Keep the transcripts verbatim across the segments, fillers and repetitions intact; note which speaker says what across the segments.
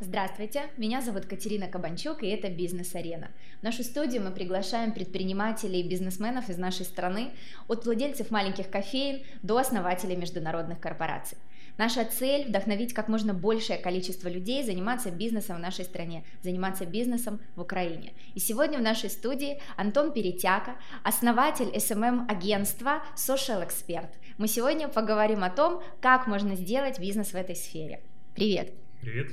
Speaker 1: Здравствуйте, меня зовут Катерина Кабанчук, и это «Бизнес-арена». В нашу студию мы приглашаем предпринимателей и бизнесменов из нашей страны, от владельцев маленьких кофеен до основателей международных корпораций. Наша цель – вдохновить как можно большее количество людей заниматься бизнесом в нашей стране, заниматься бизнесом в Украине. И сегодня в нашей студии Антон Перетяка, основатель эс эм эм-агентства Social Expert. Мы сегодня поговорим о том, как можно сделать бизнес в этой сфере. Привет!
Speaker 2: Привет!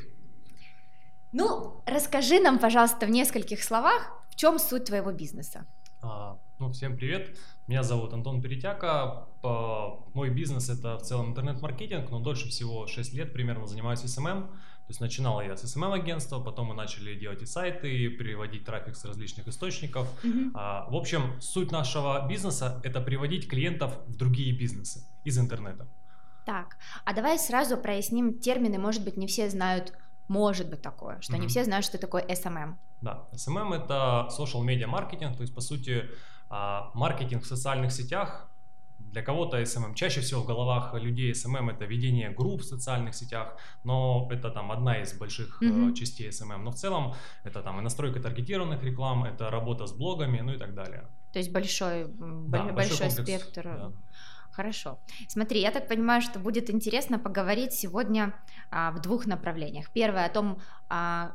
Speaker 1: Ну, расскажи нам, пожалуйста, в нескольких словах, в чем суть твоего бизнеса.
Speaker 2: А, ну, всем привет, меня зовут Антон Перетяка, По... мой бизнес это в целом интернет-маркетинг, но дольше всего шесть лет примерно занимаюсь эс эм эм, то есть начинал я с эс эм эм-агентства, потом мы начали делать и сайты, переводить трафик с различных источников.
Speaker 1: Mm-hmm.
Speaker 2: А, в общем, суть нашего бизнеса это приводить клиентов в другие бизнесы из интернета.
Speaker 1: Так, а давай сразу проясним термины, может быть, не все знают. Может быть такое, что mm-hmm. не все знают, что такое эс эм эм.
Speaker 2: Да, эс эм эм это social media маркетинг, то есть по сути маркетинг в социальных сетях. Для кого-то эс эм эм, чаще всего в головах людей эс эм эм это ведение групп в социальных сетях, но это там одна из больших mm-hmm. частей эс эм эм. Но в целом это там и настройка таргетированных реклам, это работа с блогами, ну и так далее.
Speaker 1: То есть большой,
Speaker 2: да,
Speaker 1: большой, большой спектр.
Speaker 2: Да.
Speaker 1: Хорошо. Смотри, я так понимаю, что будет интересно поговорить сегодня а, в двух направлениях. Первое о том, а,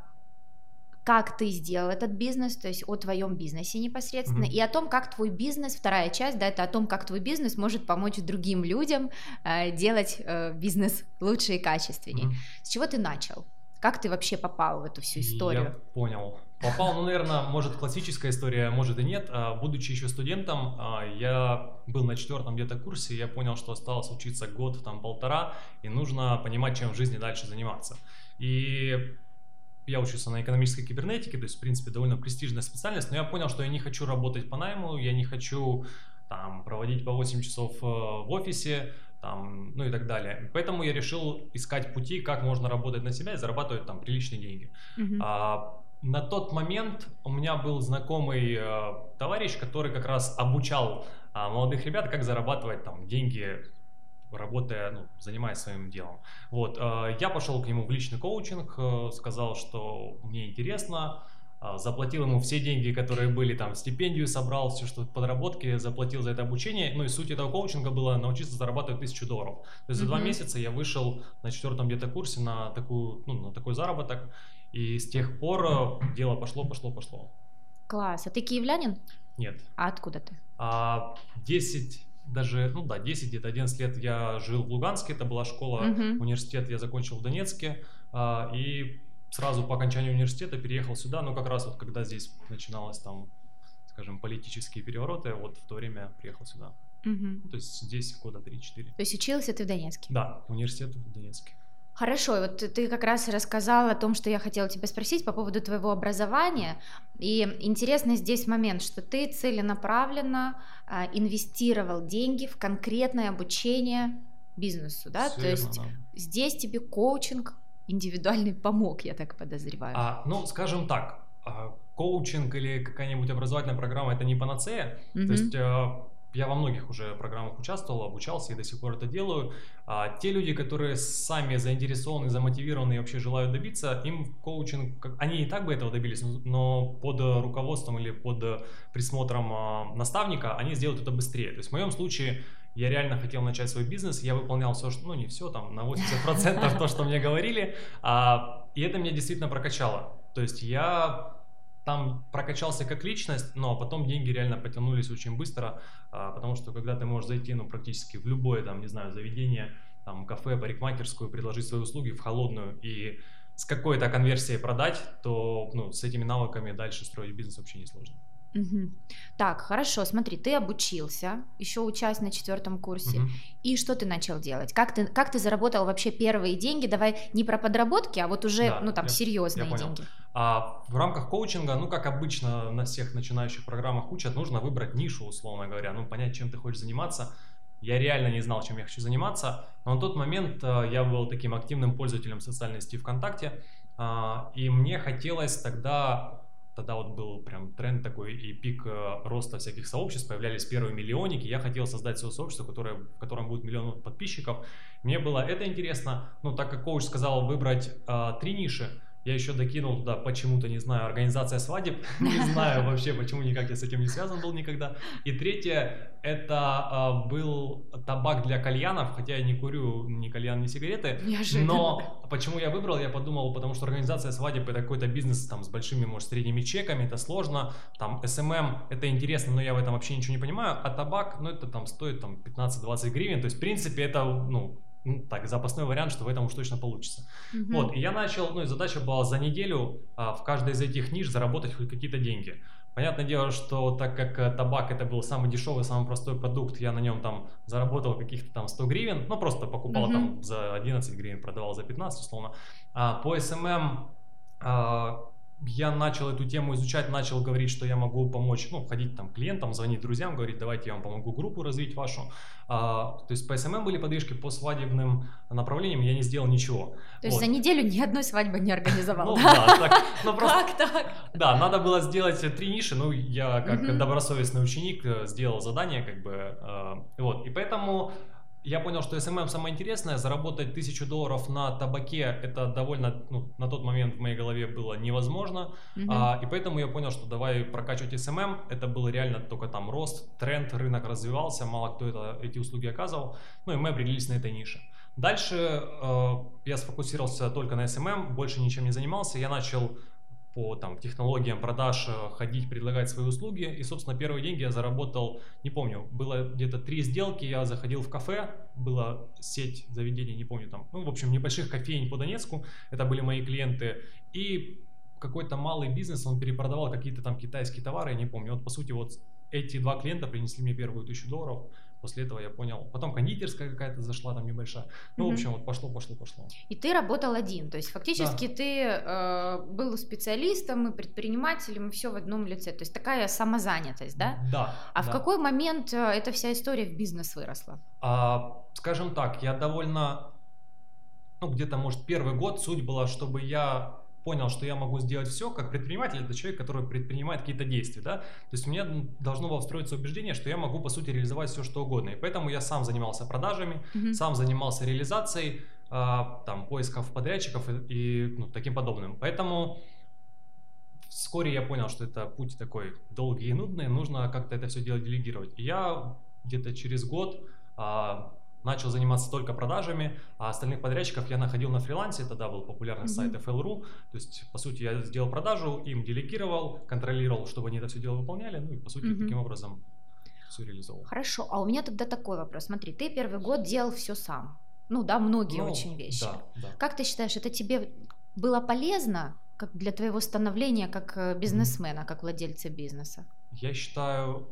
Speaker 1: как ты сделал этот бизнес, то есть о твоем бизнесе непосредственно, mm-hmm. и о том, как твой бизнес, вторая часть, да, это о том, как твой бизнес может помочь другим людям а, делать а, бизнес лучше и качественнее. Mm-hmm. С чего ты начал? Как ты вообще попал в эту всю историю?
Speaker 2: Я понял. Попал, ну, наверное, может классическая история, может и нет. Будучи еще студентом, я был на четвертом где-то курсе, я понял, что осталось учиться год, там, полтора, и нужно понимать, чем в жизни дальше заниматься. И я учился на экономической кибернетике, то есть, в принципе, довольно престижная специальность, но я понял, что я не хочу работать по найму, я не хочу там проводить по восемь часов в офисе, там, ну и так далее. Поэтому я решил искать пути, как можно работать на себя и зарабатывать там приличные деньги. Mm-hmm. А, на тот момент у меня был знакомый э, товарищ, который как раз обучал э, молодых ребят, как зарабатывать там деньги, работая, ну, занимаясь своим делом. Вот, э, я пошел к нему в личный коучинг, э, сказал, что мне интересно, э, заплатил ему все деньги, которые были, там, стипендию собрал, все, что подработки, заплатил за это обучение. Ну и суть этого коучинга была научиться зарабатывать тысячу долларов. То есть mm-hmm. за два месяца я вышел на четвертом где-то курсе на, такую, ну, на такой заработок. И с тех пор дело пошло, пошло, пошло.
Speaker 1: Класс. А ты киевлянин?
Speaker 2: Нет.
Speaker 1: А откуда ты?
Speaker 2: А, десять, даже, ну да, десять, где-то одиннадцать лет я жил в Луганске, это была школа, uh-huh. университет я закончил в Донецке. А, и сразу по окончанию университета переехал сюда, ну как раз вот когда здесь начиналось там, скажем, политические перевороты, вот в то время приехал сюда. Uh-huh. То есть здесь года три-четыре.
Speaker 1: То есть учился ты в Донецке?
Speaker 2: Да, университет в Донецке.
Speaker 1: Хорошо, вот ты как раз рассказал о том, что я хотела тебя спросить по поводу твоего образования, и интересный здесь момент, что ты целенаправленно а, инвестировал деньги в конкретное обучение бизнесу, да,
Speaker 2: Все
Speaker 1: то
Speaker 2: верно,
Speaker 1: есть
Speaker 2: да.
Speaker 1: Здесь тебе коучинг индивидуальный помог, я так подозреваю.
Speaker 2: А, ну, скажем так, коучинг или какая-нибудь образовательная программа это не панацея, mm-hmm. то есть я во многих уже программах участвовал, обучался и до сих пор это делаю. А те люди, которые сами заинтересованы, замотивированы и вообще желают добиться, им коучинг, они и так бы этого добились, но под руководством или под присмотром наставника они сделают это быстрее. То есть в моем случае я реально хотел начать свой бизнес, я выполнял все, что, ну не все, там на восемьдесят процентов то, что мне говорили, а, и это меня действительно прокачало. То есть я там прокачался как личность, но потом деньги реально потянулись очень быстро, а, потому что когда ты можешь зайти, ну, практически в любое, там, не знаю, заведение, там, кафе, парикмахерскую, предложить свои услуги в холодную и с какой-то конверсией продать, то, ну, с этими навыками дальше строить бизнес вообще не сложно.
Speaker 1: Угу. Так, хорошо, смотри, ты обучился, еще учась на четвертом курсе, угу. и что ты начал делать? Как ты, как ты заработал вообще первые деньги? Давай не про подработки, а вот уже, да, ну там, я, серьезные
Speaker 2: я
Speaker 1: деньги.
Speaker 2: А в рамках коучинга, ну как обычно на всех начинающих программах учат, нужно выбрать нишу, условно говоря, ну понять, чем ты хочешь заниматься. Я реально не знал, чем я хочу заниматься, но на тот момент э, я был таким активным пользователем социальной сети ВКонтакте, э, и мне хотелось тогда... Тогда вот был прям тренд такой и пик э, роста всяких сообществ, появлялись первые миллионники. Я хотел создать свое сообщество, которое, в котором будет миллион подписчиков. Мне было это интересно, но так как коуч сказал выбрать э, три ниши, Я еще докинул туда почему-то, не знаю, организация свадеб. Не знаю вообще, почему никак я с этим не связан был никогда. И третье, это э, был табак для кальянов, хотя я не курю ни кальян, ни сигареты.
Speaker 1: Неожиданно.
Speaker 2: Но почему я выбрал, я подумал, потому что организация свадеб это какой-то бизнес там с большими, может, средними чеками, это сложно. Там эс эм эм это интересно, но я в этом вообще ничего не понимаю. А табак, ну это там стоит там пятнадцать-двадцать гривен. То есть, в принципе, это, ну, ну, так, запасной вариант, что в этом уж точно получится. Mm-hmm. Вот, и я начал, ну, и задача была за неделю а, в каждой из этих ниш заработать хоть какие-то деньги. Понятное дело, что так как табак это был самый дешевый, самый простой продукт, я на нем там заработал каких-то там сто гривен, ну, просто покупал mm-hmm. там за одиннадцать гривен, продавал за пятнадцать, условно. А, по эс эм эм а, я начал эту тему изучать, начал говорить, что я могу помочь, ну, ходить там к клиентам, звонить друзьям, говорить, давайте я вам помогу группу развить вашу. А, то есть по эс эм эм были подвижки, по свадебным направлениям я не сделал ничего.
Speaker 1: То есть вот. За неделю ни одной свадьбы не организовал?
Speaker 2: Ну да, так.
Speaker 1: Как так?
Speaker 2: Да, надо было сделать три ниши, ну я как добросовестный ученик сделал задание, как бы, вот, и поэтому... Я понял, что эс эм эм самое интересное, заработать тысячу долларов на табаке, это довольно, ну, на тот момент в моей голове было невозможно, mm-hmm. а, и поэтому я понял, что давай прокачивать эс эм эм, это был реально только там рост, тренд, рынок развивался, мало кто это, эти услуги оказывал, ну и мы определились на этой нише. Дальше э, я сфокусировался только на эс эм эм, больше ничем не занимался, я начал по там, технологиям продаж ходить, предлагать свои услуги. И, собственно, первые деньги я заработал, не помню, было где-то три сделки, я заходил в кафе, была сеть заведений, не помню там, ну, в общем, небольших кофеин по Донецку, это были мои клиенты. И какой-то малый бизнес, он перепродавал какие-то там китайские товары, я не помню. Вот, по сути, вот эти два клиента принесли мне первую тысячу долларов. После этого я понял. Потом кондитерская какая-то зашла там небольшая. Ну, mm-hmm. в общем, вот пошло, пошло, пошло.
Speaker 1: И ты работал один. То есть фактически да. ты э, был специалистом и предпринимателем, и все в одном лице. То есть такая самозанятость, да?
Speaker 2: Да.
Speaker 1: А
Speaker 2: да.
Speaker 1: в какой момент эта вся история в бизнес выросла?
Speaker 2: А, скажем так, я довольно, ну, где-то, может, первый год суть была, чтобы я понял, что я могу сделать все, как предприниматель, это человек, который предпринимает какие-то действия, да, то есть у меня должно было встроиться убеждение, что я могу, по сути, реализовать все, что угодно, и поэтому я сам занимался продажами, mm-hmm. сам занимался реализацией, а, там, поисков подрядчиков и, и ну, таким подобным, поэтому вскоре я понял, что это путь такой долгий и нудный, нужно как-то это все дело делегировать, и я где-то через год а, начал заниматься только продажами, а остальных подрядчиков я находил на фрилансе, тогда был популярный mm-hmm. сайт эф эл точка ру, то есть, по сути, я сделал продажу, им делегировал, контролировал, чтобы они это все дело выполняли, ну и, по сути, mm-hmm. таким образом все реализовал.
Speaker 1: Хорошо, а у меня тогда такой вопрос, смотри, ты первый год делал все сам, ну да, многие ну, очень вещи.
Speaker 2: Да, да.
Speaker 1: Как ты считаешь, это тебе было полезно как для твоего становления как бизнесмена, mm-hmm. как владельца бизнеса?
Speaker 2: Я считаю...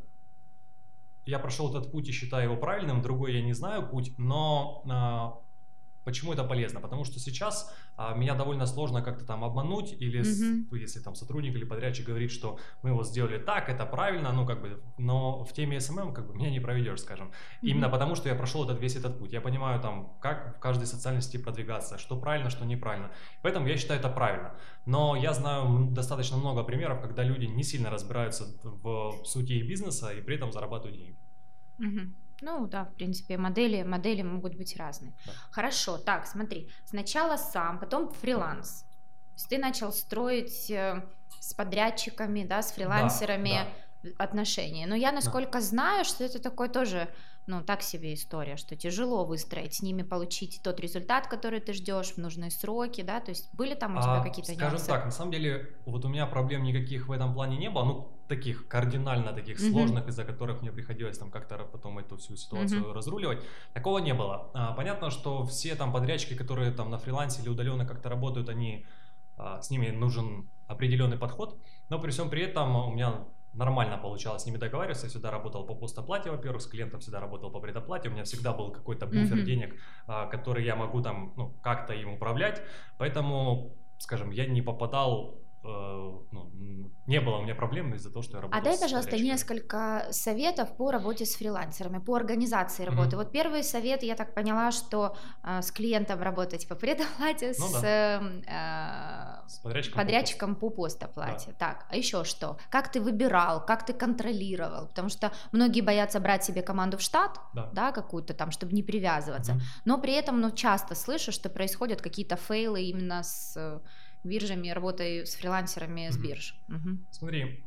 Speaker 2: Я прошел этот путь и считаю его правильным, другой я не знаю путь, но а, почему это полезно? Потому что сейчас а, меня довольно сложно как-то там обмануть, или mm-hmm. с, если там сотрудник или подрядчик говорит, что мы его сделали так, это правильно, ну как бы, но в теме эс эм эм как бы меня не проведешь, скажем. Mm-hmm. Именно потому, что я прошел этот, весь этот путь. Я понимаю там, как в каждой социальной сети продвигаться, что правильно, что неправильно. Поэтому я считаю это правильно. Но я знаю достаточно много примеров, когда люди не сильно разбираются в сути бизнеса и при этом зарабатывают деньги.
Speaker 1: Угу. Ну да, в принципе, модели, модели могут быть разные.
Speaker 2: Да.
Speaker 1: Хорошо, так, смотри, сначала сам, потом фриланс. То есть ты начал строить э, с подрядчиками, да, с фрилансерами да, да. отношения. Но я, насколько да. знаю, что это такой тоже, ну, так себе история, что тяжело выстроить с ними, получить тот результат, который ты ждешь в нужные сроки, да, то есть были там у тебя
Speaker 2: а,
Speaker 1: какие-то
Speaker 2: скажем
Speaker 1: нюансы?
Speaker 2: Так, на самом деле, вот у меня проблем никаких в этом плане не было, ну, таких кардинально таких mm-hmm. сложных, из-за которых мне приходилось там как-то потом эту всю ситуацию mm-hmm. разруливать, такого не было. А, понятно, что все там подрядчики, которые там на фрилансе или удаленно как-то работают, они, а, с ними нужен определенный подход, но при всем при этом у меня нормально получалось с ними договариваться, я всегда работал по постоплате, во-первых, с клиентом всегда работал по предоплате, у меня всегда был какой-то буфер mm-hmm. денег, а, который я могу там, ну, как-то им управлять, поэтому, скажем, я не попадал, э, ну, не было у меня проблем из-за того, что я работал.
Speaker 1: А дай, пожалуйста, несколько советов по работе с фрилансерами, по организации работы. Mm-hmm. Вот первый совет, я так поняла, что э, с клиентом работать по предоплате, ну, с, да. э, с подрядчиком, подрядчиком по постоплате. Да. Так, а еще что? Как ты выбирал, как ты контролировал? Потому что многие боятся брать себе команду в штат, да, да какую-то там, чтобы не привязываться. Mm-hmm. Но при этом, ну, часто слышу, что происходят какие-то фейлы именно с биржами, работой с фрилансерами с бирж? Угу.
Speaker 2: Смотри,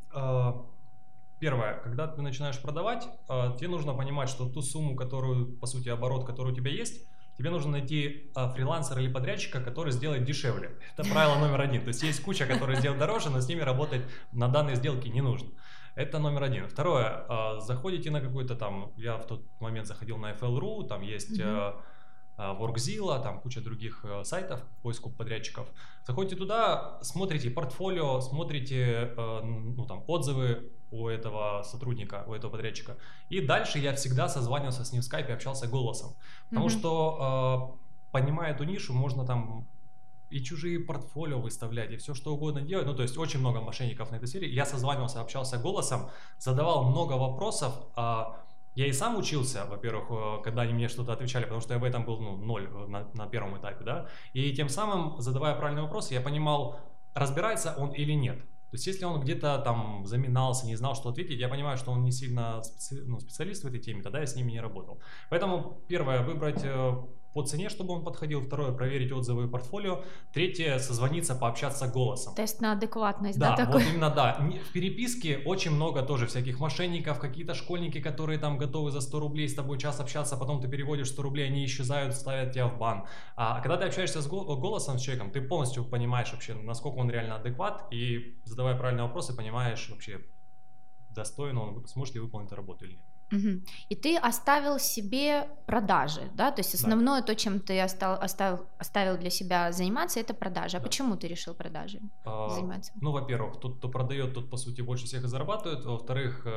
Speaker 2: первое, когда ты начинаешь продавать, тебе нужно понимать, что ту сумму, которую, по сути, оборот, который у тебя есть, тебе нужно найти фрилансера или подрядчика, который сделает дешевле. Это правило номер один. То есть есть куча, которые сделают дороже, но с ними работать на данной сделке не нужно. Это номер один. Второе, заходите на какой-то там, я в тот момент заходил на эф эл точка ру, там есть mm-hmm. Workzilla, там куча других сайтов по поиску подрядчиков. Заходите туда, смотрите портфолио, смотрите ну, там, отзывы у этого сотрудника, у этого подрядчика. И дальше я всегда созванивался с ним в скайпе, общался голосом. Потому mm-hmm. что, понимая эту нишу, можно там и чужие портфолио выставлять, и все что угодно делать. Ну, то есть очень много мошенников на этой сфере. Я созванивался, общался голосом, задавал много вопросов. Я и сам учился, во-первых, когда они мне что-то отвечали, потому что я в этом был ну, ноль на, на первом этапе, да. И тем самым, задавая правильные вопросы, я понимал, разбирается он или нет. То есть, если он где-то там заминался, не знал, что ответить, я понимаю, что он не сильно специ... ну, специалист в этой теме, тогда я с ними не работал. Поэтому, первое, выбрать по цене, чтобы он подходил. Второе, проверить отзывы и портфолио. Третье, созвониться, пообщаться голосом.
Speaker 1: Тест на адекватность,
Speaker 2: да,
Speaker 1: да,
Speaker 2: такой?
Speaker 1: Вот
Speaker 2: именно, да. В переписке очень много тоже всяких мошенников, какие-то школьники, которые там готовы за сто рублей с тобой час общаться, потом ты переводишь сто рублей, они исчезают, ставят тебя в бан. А когда ты общаешься с голосом, с человеком, ты полностью понимаешь вообще, насколько он реально адекват, и задавая правильные вопросы, понимаешь вообще, достойно он, сможет ли выполнить эту работу или нет.
Speaker 1: Угу. И ты оставил себе продажи, да, то есть основное да. то, чем ты остал, оставил, оставил для себя заниматься, это продажи. А да. почему ты решил продажи а, заниматься?
Speaker 2: Ну, во-первых, тот, кто продает, тот, по сути, больше всех и зарабатывает. Во-вторых,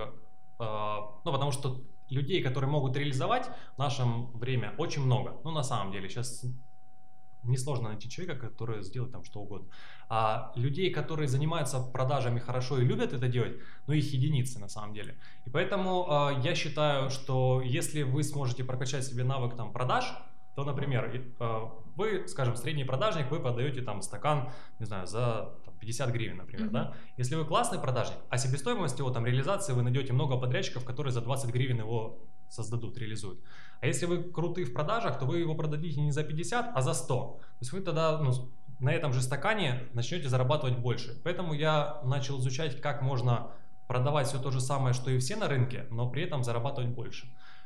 Speaker 2: а, ну, потому что людей, которые могут реализовать в нашем время, очень много. Ну, на самом деле, сейчас несложно найти человека, который сделает там что угодно. А людей, которые занимаются продажами хорошо и любят это делать, ну их единицы на самом деле. И поэтому э, я считаю, что если вы сможете прокачать себе навык там продаж, то, например, э, вы, скажем, средний продажник, вы продаете там стакан, не знаю, за там, пятьдесят гривен, например, mm-hmm. да. Если вы классный продажник, а себестоимость его там реализации вы найдете много подрядчиков, которые за двадцать гривен его создадут, реализуют. А если вы круты в продажах, то вы его продадите не за пятьдесят, а за сто. То есть вы тогда ну, на этом же стакане начнете зарабатывать больше. Поэтому я начал изучать, как можно продавать все то же самое, что и все на рынке, но при этом зарабатывать больше.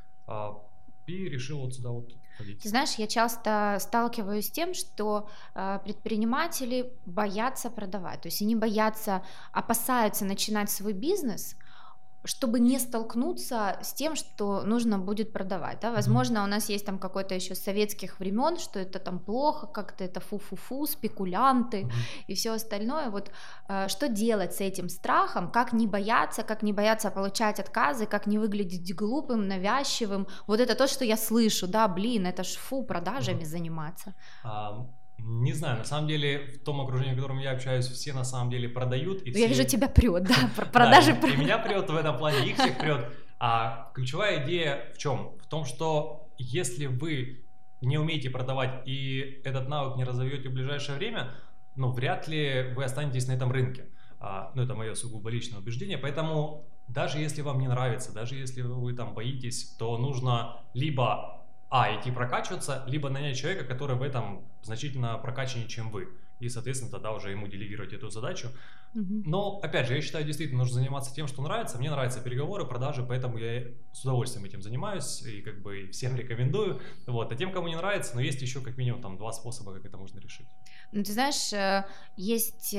Speaker 2: И решил вот сюда вот ходить.
Speaker 1: Ты знаешь, я часто сталкиваюсь с тем, что э, предприниматели боятся продавать. То есть они боятся, опасаются начинать свой бизнес, чтобы не столкнуться с тем, что нужно будет продавать. Да? Возможно, mm-hmm. у нас есть там какой-то еще с советских времен, что это там плохо, как-то это фу-фу-фу, спекулянты mm-hmm. и все остальное. Вот э, что делать с этим страхом, как не бояться, как не бояться получать отказы, как не выглядеть глупым, навязчивым. Вот это то, что я слышу, да, блин, это ж фу, продажами mm-hmm. заниматься.
Speaker 2: Um... Не знаю, на самом деле в том окружении, в котором я общаюсь, все на самом деле продают. И
Speaker 1: я
Speaker 2: все...
Speaker 1: вижу, тебя прет, да, продажи
Speaker 2: прет. И меня прет в этом плане, их всех прет. А ключевая идея в чем? В том, что если вы не умеете продавать и этот навык не разовьете в ближайшее время, ну, вряд ли вы останетесь на этом рынке. А, ну, это мое сугубо личное убеждение. Поэтому даже если вам не нравится, даже если вы там боитесь, то нужно либо... А, идти прокачиваться, либо нанять человека, который в этом значительно прокачаннее, чем вы. И, соответственно, тогда уже ему делегировать эту задачу. Mm-hmm. Но, опять же, я считаю, действительно нужно заниматься тем, что нравится. Мне нравятся переговоры, продажи, поэтому я с удовольствием этим занимаюсь и как бы всем рекомендую. Вот. А тем, кому не нравится, но есть еще как минимум там два способа, как это можно решить.
Speaker 1: Ну, ты знаешь, есть...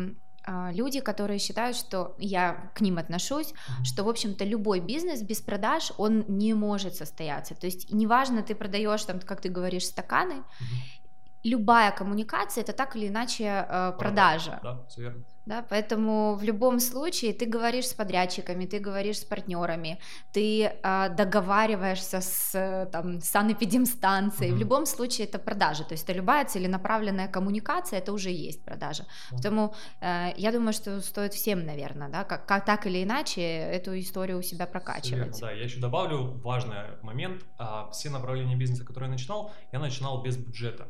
Speaker 1: люди, которые считают, что я к ним отношусь, mm-hmm. что, в общем-то, любой бизнес без продаж, он не может состояться. То есть неважно, ты продаешь, там, как ты говоришь, стаканы, mm-hmm. любая коммуникация — это так или иначе э, продажа.
Speaker 2: Да, все верно.
Speaker 1: Да, поэтому в любом случае ты говоришь с подрядчиками, ты говоришь с партнерами, ты э, договариваешься с там, санэпидемстанцией. Mm-hmm. В любом случае это продажа, то есть это любая целенаправленная коммуникация, это уже есть продажа. Mm-hmm. Поэтому э, я думаю, что стоит всем, наверное, да, как, как так или иначе эту историю у себя прокачивать.
Speaker 2: Да, я еще добавлю важный момент. А, все направления бизнеса, которые я начинал, я начинал без бюджета.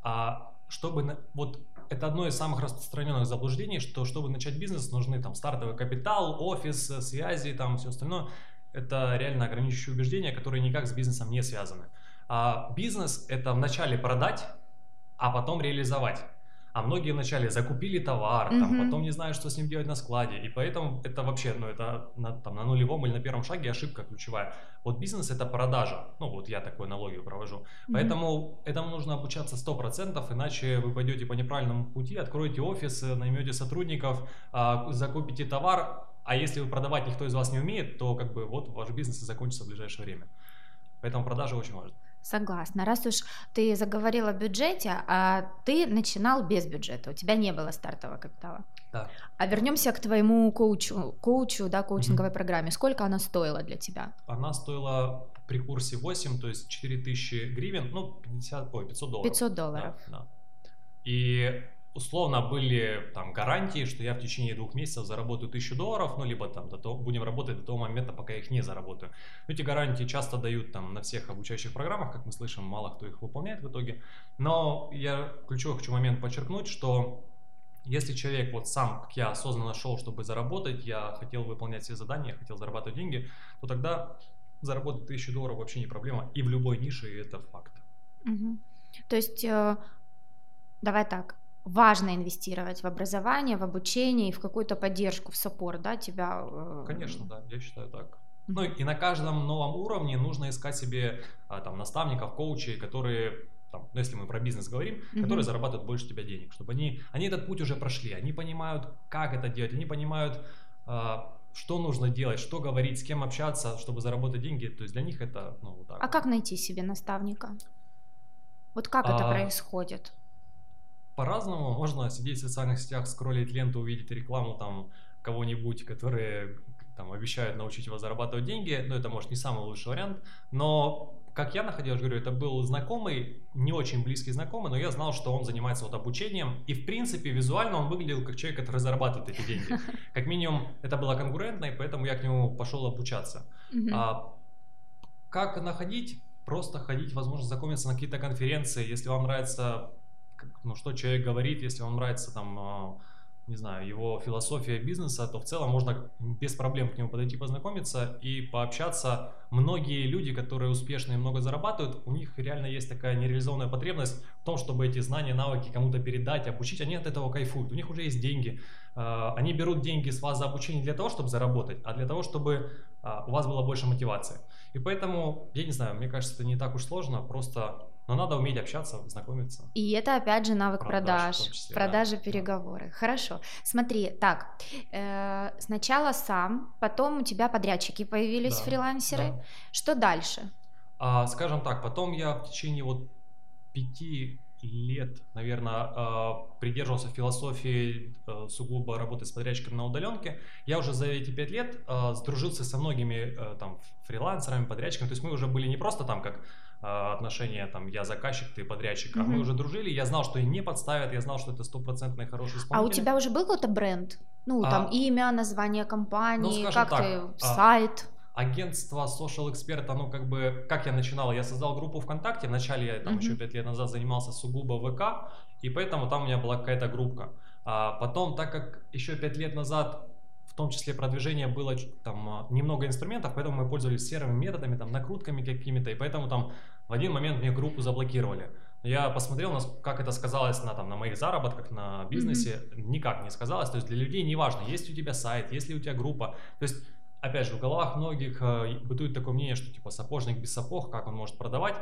Speaker 2: А чтобы вот это одно из самых распространенных заблуждений, что чтобы начать бизнес, нужны там стартовый капитал, офис, связи, там все остальное. Это реально ограничивающие убеждения, которые никак с бизнесом не связаны. А бизнес — это вначале продать, а потом реализовать. А многие вначале закупили товар, там,
Speaker 1: Мгм.
Speaker 2: потом не знают, что с ним делать на складе. И поэтому это вообще, ну, это на, там, на нулевом или на первом шаге ошибка ключевая. Вот бизнес — это продажа. Ну, вот я такую аналогию провожу.
Speaker 1: Мгм.
Speaker 2: Поэтому этому нужно обучаться сто процентов, иначе вы пойдете по неправильному пути, откроете офис, наймете сотрудников, а, закупите товар, а если вы продавать никто из вас не умеет, то как бы вот ваш бизнес и закончится в ближайшее время. Поэтому продажа очень важна.
Speaker 1: Согласна. Раз уж ты заговорила о бюджете, а ты начинал без бюджета, у тебя не было стартового капитала.
Speaker 2: Да.
Speaker 1: А вернемся к твоему коучу, коучу, да, коучинговой mm-hmm. программе. Сколько она стоила для тебя?
Speaker 2: Она стоила при курсе восемь, то есть четыре тысячи гривен, ну, пятьдесят, ой, пятьсот долларов.
Speaker 1: пятьсот долларов.
Speaker 2: Да, да. И условно были там гарантии, что я в течение двух месяцев заработаю тысячу долларов, ну, либо там до того, будем работать до того момента, пока я их не заработаю. Эти гарантии часто дают там на всех обучающих программах, как мы слышим, мало кто их выполняет в итоге. Но я ключевой хочу момент подчеркнуть, что если человек вот сам, как я, осознанно шел, чтобы заработать, я хотел выполнять все задания, я хотел зарабатывать деньги, то тогда заработать тысячу долларов вообще не проблема, и в любой нише, и это факт.
Speaker 1: Угу. То есть, э, давай так, важно инвестировать в образование, в обучение и в какую-то поддержку, в саппорт, да, тебя? Э...
Speaker 2: Конечно, да, я считаю так. Ну и на каждом новом уровне нужно искать себе а, там наставников, коучей, которые, там, ну, если мы про бизнес говорим, mm-hmm. которые зарабатывают больше тебя денег, чтобы они, они этот путь уже прошли, они понимают, как это делать, они понимают, а, что нужно делать, что говорить, с кем общаться, чтобы заработать деньги. То есть для них это, ну, вот так.
Speaker 1: А как найти себе наставника? Вот как а... это происходит?
Speaker 2: По-разному. Можно сидеть в социальных сетях, скроллить ленту, увидеть рекламу там кого-нибудь, которые там обещают научить его зарабатывать деньги. Но это, может, не самый лучший вариант. Но, как я находил, я говорю, это был знакомый, не очень близкий знакомый, но я знал, что он занимается вот обучением. И, в принципе, визуально он выглядел как человек, который зарабатывает эти деньги. Как минимум, это было конкурентно, и поэтому я к нему пошел обучаться. А, как находить? Просто ходить, возможно, знакомиться на какие-то конференции. Если вам нравится... ну, что человек говорит, если вам нравится там, не знаю, его философия бизнеса, то в целом можно без проблем к нему подойти, познакомиться и пообщаться. Многие люди, которые успешно и много зарабатывают, у них реально есть такая нереализованная потребность в том, чтобы эти знания, навыки кому-то передать, обучить. Они от этого кайфуют, у них уже есть деньги. Они берут деньги с вас за обучение не для того, чтобы заработать, а для того, чтобы у вас было больше мотивации. И поэтому, я не знаю, мне кажется, это не так уж сложно, просто... Но надо уметь общаться, знакомиться.
Speaker 1: И это опять же навык продаж, продаж
Speaker 2: числе,
Speaker 1: продажи,
Speaker 2: да.
Speaker 1: переговоры. Хорошо. Смотри, так, э, сначала сам, потом у тебя подрядчики появились, да, фрилансеры. Да. Что дальше?
Speaker 2: А, скажем так, потом я в течение вот пяти лет, наверное, придерживался философии сугубо работы с подрядчиками на удаленке. Я уже за эти пять лет сдружился со многими там фрилансерами, подрядчиками. То есть мы уже были не просто там как отношения, там, я заказчик, ты подрядчик, mm-hmm. а мы уже дружили, я знал, что и не подставят, я знал, что это стопроцентный хороший исполнитель.
Speaker 1: А у тебя уже был какой-то бренд? Ну, а, там имя, название компании,
Speaker 2: ну,
Speaker 1: как
Speaker 2: так,
Speaker 1: ты,
Speaker 2: а,
Speaker 1: сайт?
Speaker 2: Агентство Social Expert, оно как бы, как я начинал, я создал группу ВКонтакте, вначале я там mm-hmm. еще пять лет назад занимался сугубо ВК, и поэтому там у меня была какая-то группа. А потом, так как еще пять лет назад, в том числе продвижение было там немного инструментов, поэтому мы пользовались серыми методами, там накрутками какими-то, и поэтому там в один момент мне группу заблокировали. Я посмотрел, как это сказалось на, там, на моих заработках, на бизнесе, mm-hmm. никак не сказалось, то есть для людей не важно, есть у тебя сайт, есть ли у тебя группа, то есть опять же в головах многих э, бытует такое мнение, что типа сапожник без сапог, как он может продавать,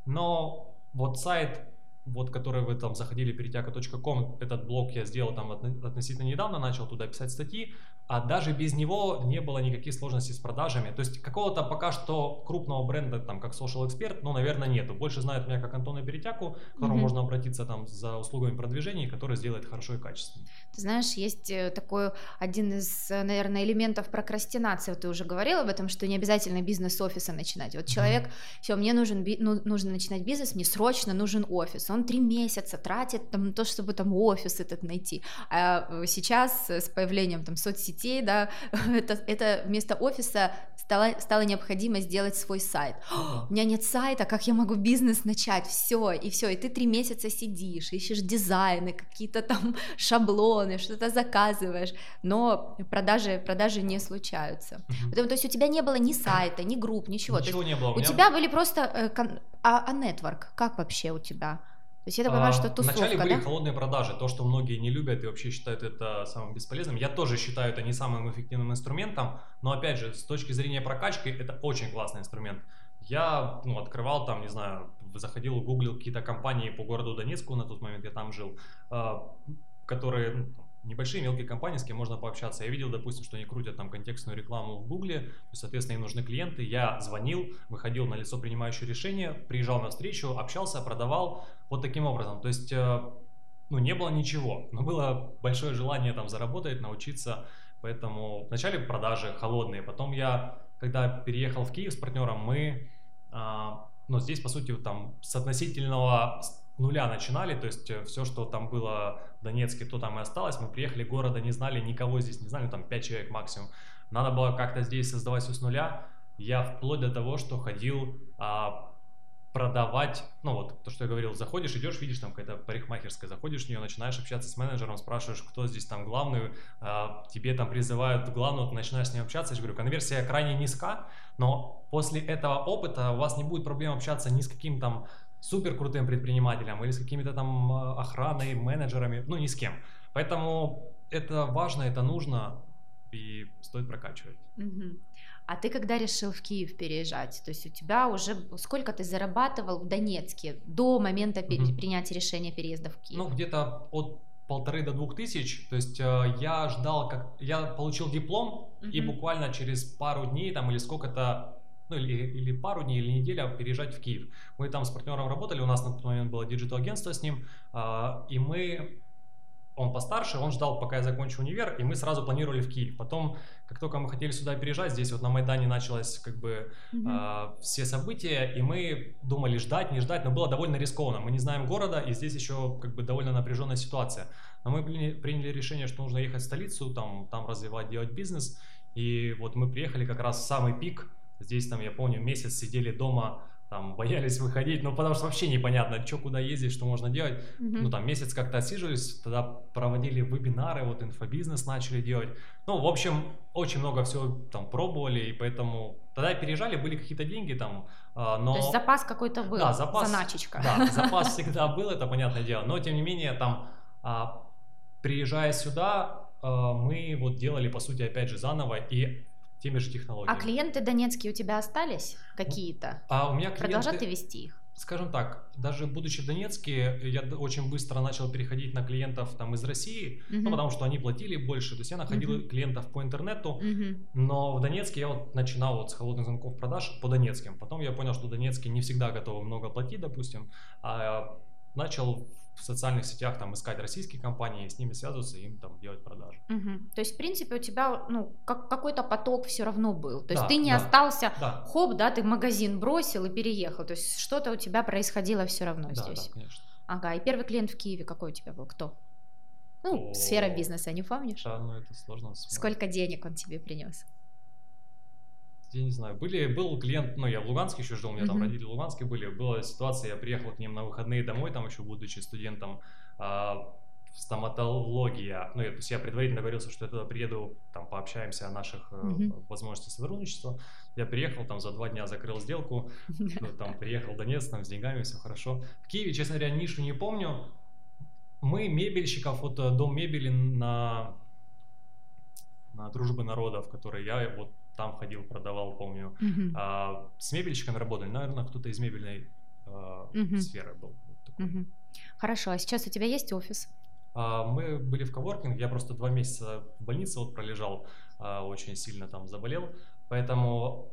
Speaker 2: но вот сайт, вот, который вы там заходили, перетяка точка ком, этот блог я сделал там относительно недавно, начал туда писать статьи, а даже без него не было никаких сложностей с продажами. То есть какого-то пока что крупного бренда, там, как Social Expert, ну, наверное, нету. Больше знают меня как Антона Перетяку, к которому mm-hmm. можно обратиться там за услугами продвижения, который сделает хорошо и качественно.
Speaker 1: Ты знаешь, есть такой один из, наверное, элементов прокрастинации. Вот ты уже говорил об этом, что не обязательно бизнес с офиса начинать. Вот человек, mm-hmm. все, мне нужен, ну, нужно начинать бизнес, мне срочно нужен офис. Он три месяца тратит там, на то, чтобы там офис этот найти. А сейчас с появлением там соцсетей, да, это, это вместо офиса стало, стала необходимость сделать свой сайт. У меня нет сайта, как я могу бизнес начать? Все, и все, и ты три месяца сидишь, ищешь дизайны, какие-то там шаблоны, что-то заказываешь, но продажи, продажи не случаются. Mm-hmm. Потому, то есть у тебя не было ни сайта, ни групп, ничего.
Speaker 2: Ничего
Speaker 1: то есть
Speaker 2: не было.
Speaker 1: У, у меня... тебя были просто... Э, кон... А, а network, как вообще у тебя? есть я так понимаю, что тусовка,
Speaker 2: Вначале были
Speaker 1: да?
Speaker 2: холодные продажи, то, что многие не любят и вообще считают это самым бесполезным. Я тоже считаю это не самым эффективным инструментом, но опять же, с точки зрения прокачки, это очень классный инструмент. Я ну, открывал там, не знаю, заходил, гуглил какие-то компании по городу Донецку, на тот момент я там жил, которые... ну, небольшие мелкие компании, с кем можно пообщаться. Я видел, допустим, что они крутят там контекстную рекламу в Гугле, соответственно, им нужны клиенты. Я звонил, выходил на лицо, принимающее решение, приезжал на встречу, общался, продавал вот таким образом. То есть, ну, не было ничего, но было большое желание там заработать, научиться. Поэтому вначале продажи холодные, потом я, когда переехал в Киев с партнером, мы, ну, здесь, по сути, там с относительного нуля начинали, то есть все, что там было в Донецке, то там и осталось. Мы приехали, города не знали, никого здесь не знали, там пять человек максимум. Надо было как-то здесь создавать все с нуля. Я вплоть до того, что ходил а, продавать, ну вот, то, что я говорил, заходишь, идешь, видишь, там какая-то парикмахерская, заходишь в нее, начинаешь общаться с менеджером, спрашиваешь, кто здесь там главный, а, тебе там призывают главного, ты начинаешь с ним общаться. Я же говорю, конверсия крайне низка, но после этого опыта у вас не будет проблем общаться ни с каким там супер крутым предпринимателем или с какими-то там охраной, менеджерами, ну ни с кем. Поэтому это важно, это нужно и стоит прокачивать.
Speaker 1: Угу. А ты когда решил в Киев переезжать? То есть у тебя уже сколько ты зарабатывал в Донецке до момента угу. принятия решения переезда в Киев?
Speaker 2: Ну где-то от полторы до двух тысяч. То есть э, я ждал, как я получил диплом угу. и буквально через пару дней там или сколько-то ну или, или пару дней, или неделя переезжать в Киев. Мы там с партнером работали, у нас на тот момент было диджитал-агентство с ним, э, и мы, он постарше, он ждал, пока я закончу универ, и мы сразу планировали в Киев. Потом, как только мы хотели сюда переезжать, здесь вот на Майдане началось как бы mm-hmm. э, все события, и мы думали ждать, не ждать, но было довольно рискованно. Мы не знаем города, и здесь еще как бы довольно напряженная ситуация. Но мы приняли решение, что нужно ехать в столицу, там, там развивать, делать бизнес, и вот мы приехали как раз в самый пик. Здесь, там, я помню, месяц сидели дома, там, боялись выходить, ну, потому что вообще непонятно, что, куда ездить, что можно делать. Mm-hmm. Ну, там, месяц как-то отсиживались, тогда проводили вебинары, вот, инфобизнес начали делать. Ну, в общем, очень много всего там пробовали, и поэтому тогда переезжали, были какие-то деньги там, но...
Speaker 1: То есть запас какой-то был,
Speaker 2: да, запас,
Speaker 1: заначечка.
Speaker 2: Да, запас всегда был, это понятное дело, но, тем не менее, там, приезжая сюда, мы вот делали, по сути, опять же, заново, и теми же технологиями.
Speaker 1: А клиенты донецкие у тебя остались какие-то?
Speaker 2: А у меня клиенты...
Speaker 1: Продолжал ты вести их?
Speaker 2: Скажем так, даже будучи в Донецке, я очень быстро начал переходить на клиентов там из России, uh-huh. ну, потому что они платили больше, то есть я находил uh-huh. клиентов по интернету, uh-huh. но в Донецке я вот начинал вот с холодных звонков продаж по донецким. Потом я понял, что донецкие не всегда готовы много платить, допустим, а начал в социальных сетях там искать российские компании, с ними связываться и им там делать продажи.
Speaker 1: Угу. То есть, в принципе, у тебя ну, как, какой-то поток все равно был. То есть
Speaker 2: да,
Speaker 1: ты не
Speaker 2: да,
Speaker 1: остался,
Speaker 2: да.
Speaker 1: хоп, да, ты магазин бросил и переехал. То есть что-то у тебя происходило все равно
Speaker 2: да,
Speaker 1: здесь.
Speaker 2: Да, конечно.
Speaker 1: Ага, и первый клиент в Киеве какой у тебя был? Кто? Ну, О, сфера бизнеса, не помнишь?
Speaker 2: Да, ну это сложно вспомнить.
Speaker 1: Сколько денег он тебе принес?
Speaker 2: Я не знаю, были, был клиент, ну я в Луганске еще жил, у меня uh-huh. там родители в Луганске были, была ситуация, я приехал к ним на выходные домой, там еще будучи студентом, а, стоматология, ну я, то есть я предварительно договорился, что я туда приеду, там пообщаемся о наших uh-huh. возможностях сотрудничества, я приехал, там за два дня закрыл сделку, ну, там приехал в Донецк, там с деньгами все хорошо. В Киеве, честно говоря, нишу не помню, мы мебельщиков, вот дом мебели на, на Дружбы народов, который я вот там ходил, продавал, помню. Uh-huh. А, с мебельщиками работали. Наверное, кто-то из мебельной а, uh-huh. сферы был. Вот
Speaker 1: uh-huh. Хорошо, а сейчас у тебя есть офис?
Speaker 2: А, мы были в коворкинге, я просто два месяца в больнице вот пролежал, а, очень сильно там заболел, поэтому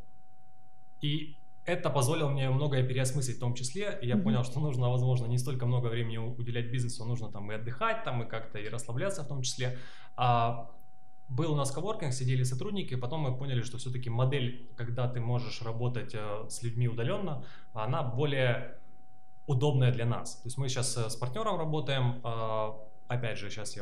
Speaker 2: и это позволило мне многое переосмыслить в том числе, и я uh-huh. понял, что нужно, возможно, не столько много времени уделять бизнесу, нужно там и отдыхать, там и как-то и расслабляться в том числе. А, Был у нас коворкинг, сидели сотрудники, потом мы поняли, что все-таки модель, когда ты можешь работать э, с людьми удаленно, она более удобная для нас. То есть мы сейчас с партнером работаем, э, опять же, сейчас я вот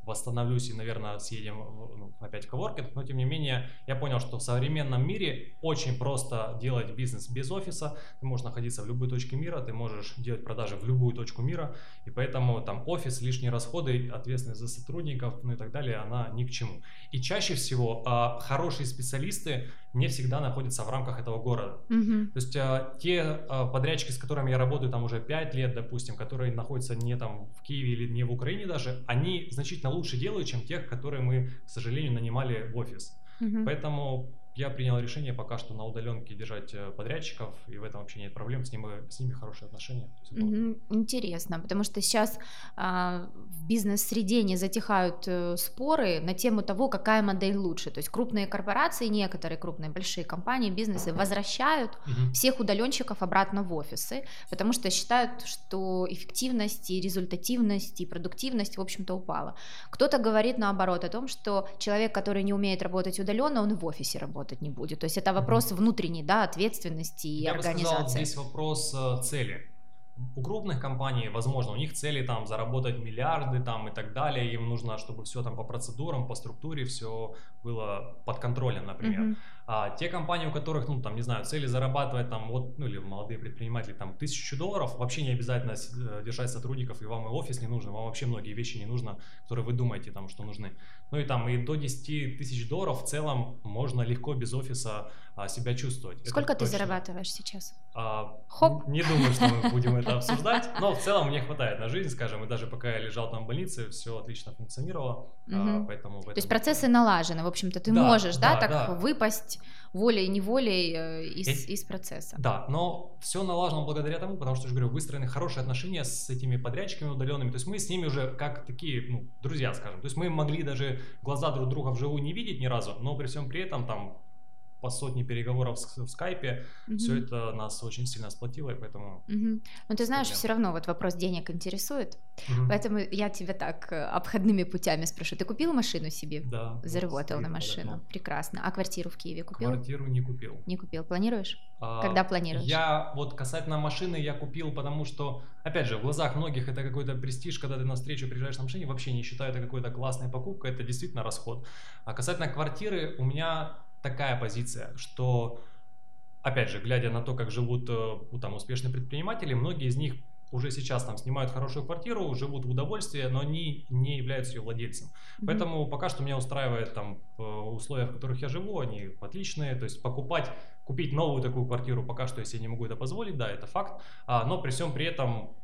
Speaker 2: восстановлюсь и, наверное, съедем ну, опять в коворкинг, но тем не менее я понял, что в современном мире очень просто делать бизнес без офиса, ты можешь находиться в любой точке мира, ты можешь делать продажи в любую точку мира, и поэтому там офис, лишние расходы, ответственность за сотрудников, ну и так далее, она ни к чему. И чаще всего э, хорошие специалисты не всегда находятся в рамках этого города.
Speaker 1: Mm-hmm.
Speaker 2: То есть э, те э, подрядчики, с которыми я работаю там уже пять лет, допустим, которые находятся не там в Киеве или не в Украине даже, они значительно лучше делают, чем тех, которые мы, к сожалению, нанимали в офис. Mm-hmm. Поэтому я принял решение пока что на удаленке держать подрядчиков, и в этом вообще нет проблем, с ними, с ними хорошие отношения.
Speaker 1: Mm-hmm. Интересно, потому что сейчас а, в бизнес-среде не затихают э, споры на тему того, какая модель лучше. То есть крупные корпорации, некоторые крупные большие компании, бизнесы возвращают mm-hmm. всех удаленщиков обратно в офисы, потому что считают, что эффективность и результативность и продуктивность, в общем-то, упала. Кто-то говорит наоборот о том, что человек, который не умеет работать удаленно, он в офисе работает не будет. То есть это вопрос mm-hmm. внутренней, да, ответственности и
Speaker 2: Я
Speaker 1: организации.
Speaker 2: Я бы сказал, здесь вопрос э, цели. У крупных компаний, возможно, у них цели там заработать миллиарды там и так далее, им нужно, чтобы все там по процедурам, по структуре все было под контролем, например. Mm-hmm. А те компании, у которых, ну там, не знаю, цели зарабатывать там, вот, ну или молодые предприниматели там тысячу долларов, вообще не обязательно держать сотрудников, и вам и офис не нужен, вам вообще многие вещи не нужно, которые вы думаете там, что нужны. Ну и там и до десяти тысяч долларов в целом можно легко без офиса а, себя чувствовать.
Speaker 1: Сколько
Speaker 2: это
Speaker 1: ты
Speaker 2: точно.
Speaker 1: Зарабатываешь сейчас?
Speaker 2: А,
Speaker 1: Хоп!
Speaker 2: Не думаю, что мы будем это обсуждать, но в целом мне хватает на жизнь, скажем, и даже пока я лежал там в больнице, все отлично функционировало, угу. а, поэтому...
Speaker 1: То есть процессы налажены, в общем-то, ты да, можешь, да, да так да. выпасть волей-неволей из, и, из процесса.
Speaker 2: Да, но все налажено благодаря тому, потому что, я же говорю, выстроены хорошие отношения с этими подрядчиками удаленными, то есть мы с ними уже как такие, ну, друзья, скажем, то есть мы могли даже глаза друг друга вживую не видеть ни разу, но при всем при этом там по сотне переговоров в скайпе, mm-hmm. все это нас очень сильно сплотило, и поэтому...
Speaker 1: Mm-hmm. Но ты знаешь, все равно вот вопрос денег интересует, mm-hmm. поэтому я тебя так обходными путями спрошу. Ты купил машину себе?
Speaker 2: Да.
Speaker 1: Заработал вот на машину. Подошел. Прекрасно. А квартиру в Киеве купил?
Speaker 2: Квартиру не купил.
Speaker 1: Не купил. Планируешь? А, Когда планируешь?
Speaker 2: Я вот касательно машины я купил, потому что, опять же, в глазах многих это какой-то престиж, когда ты на встречу приезжаешь на машине, вообще не считаю это какой-то классной покупкой, это действительно расход. А касательно квартиры, у меня... такая позиция, что, опять же, глядя на то, как живут там успешные предприниматели, многие из них уже сейчас там снимают хорошую квартиру, живут в удовольствии, но они не являются ее владельцем. Mm-hmm. Поэтому пока что меня устраивает там условия, в которых я живу, они отличные, то есть покупать, купить новую такую квартиру пока что я себе не могу это позволить, да, это факт, а, но при всем при этом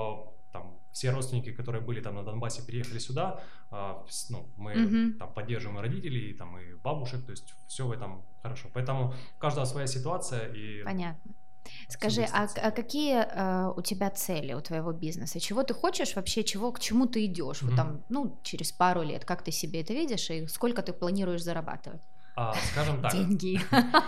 Speaker 2: там все родственники, которые были там на Донбассе, переехали сюда, а, ну, мы mm-hmm. там поддерживаем родителей, там и бабушек, то есть все в этом хорошо. Поэтому у каждого своя ситуация. И...
Speaker 1: Понятно. Скажи, а, а какие а, у тебя цели у твоего бизнеса? Чего ты хочешь вообще, чего, к чему ты идешь? Mm-hmm. Вот там, ну, через пару лет, как ты себе это видишь и сколько ты планируешь зарабатывать?
Speaker 2: А, скажем так.
Speaker 1: Деньги.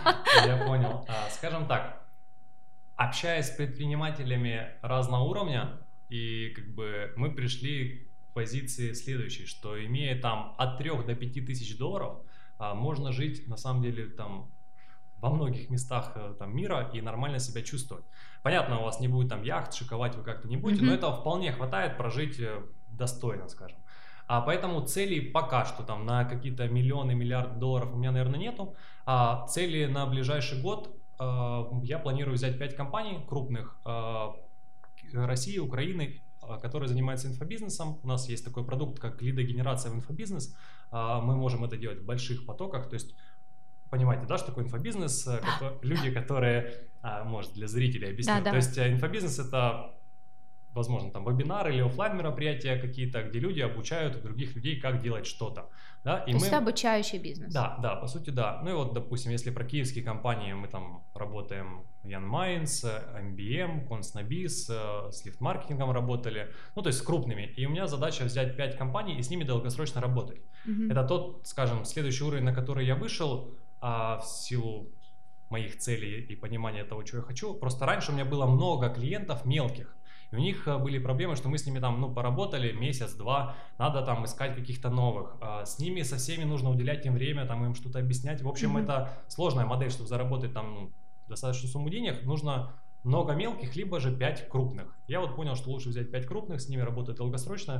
Speaker 2: Я понял. А, скажем так, общаясь с предпринимателями разного уровня, и как бы мы пришли к позиции следующей, что имея там от трёх до пяти тысяч долларов, а, можно жить на самом деле там во многих местах там, мира и нормально себя чувствовать. Понятно, у вас не будет там яхт, шиковать вы как-то не будете, mm-hmm. но этого вполне хватает прожить достойно, скажем. А поэтому целей пока что там на какие-то миллионы, миллиарды долларов у меня, наверное, нету. А цели на ближайший год а, я планирую взять пять компаний крупных, а, России, Украины, которые занимаются инфобизнесом. У нас есть такой продукт, как лидогенерация в инфобизнес. Мы можем это делать в больших потоках. То есть, понимаете, да, что такое инфобизнес? Да. Люди, которые, может, для зрителей объясню.
Speaker 1: Да,
Speaker 2: То есть, инфобизнес — это, возможно, там вебинары или офлайн мероприятия какие-то, где люди обучают других людей, как делать что-то. Да? И
Speaker 1: То
Speaker 2: мы...
Speaker 1: есть обучающий бизнес.
Speaker 2: Да, да, по сути, да. Ну и вот, допустим, если про киевские компании, мы там работаем Ян Майнс, эм би эм, Конснабиз, с лифт-маркетингом работали, ну то есть с крупными. И у меня задача взять пять компаний и с ними долгосрочно работать. Mm-hmm. Это тот, скажем, следующий уровень, на который я вышел, а в силу моих целей и понимания того, чего я хочу. Просто раньше у меня было много клиентов мелких. И у них были проблемы, что мы с ними там, ну, поработали месяц-два, надо там искать каких-то новых. А с ними со всеми нужно уделять им время, там им что-то объяснять. В общем, mm-hmm. это сложная модель, чтобы заработать там ну, достаточную сумму денег. Нужно много мелких, либо же пять крупных. Я вот понял, что лучше взять пять крупных, с ними работать долгосрочно.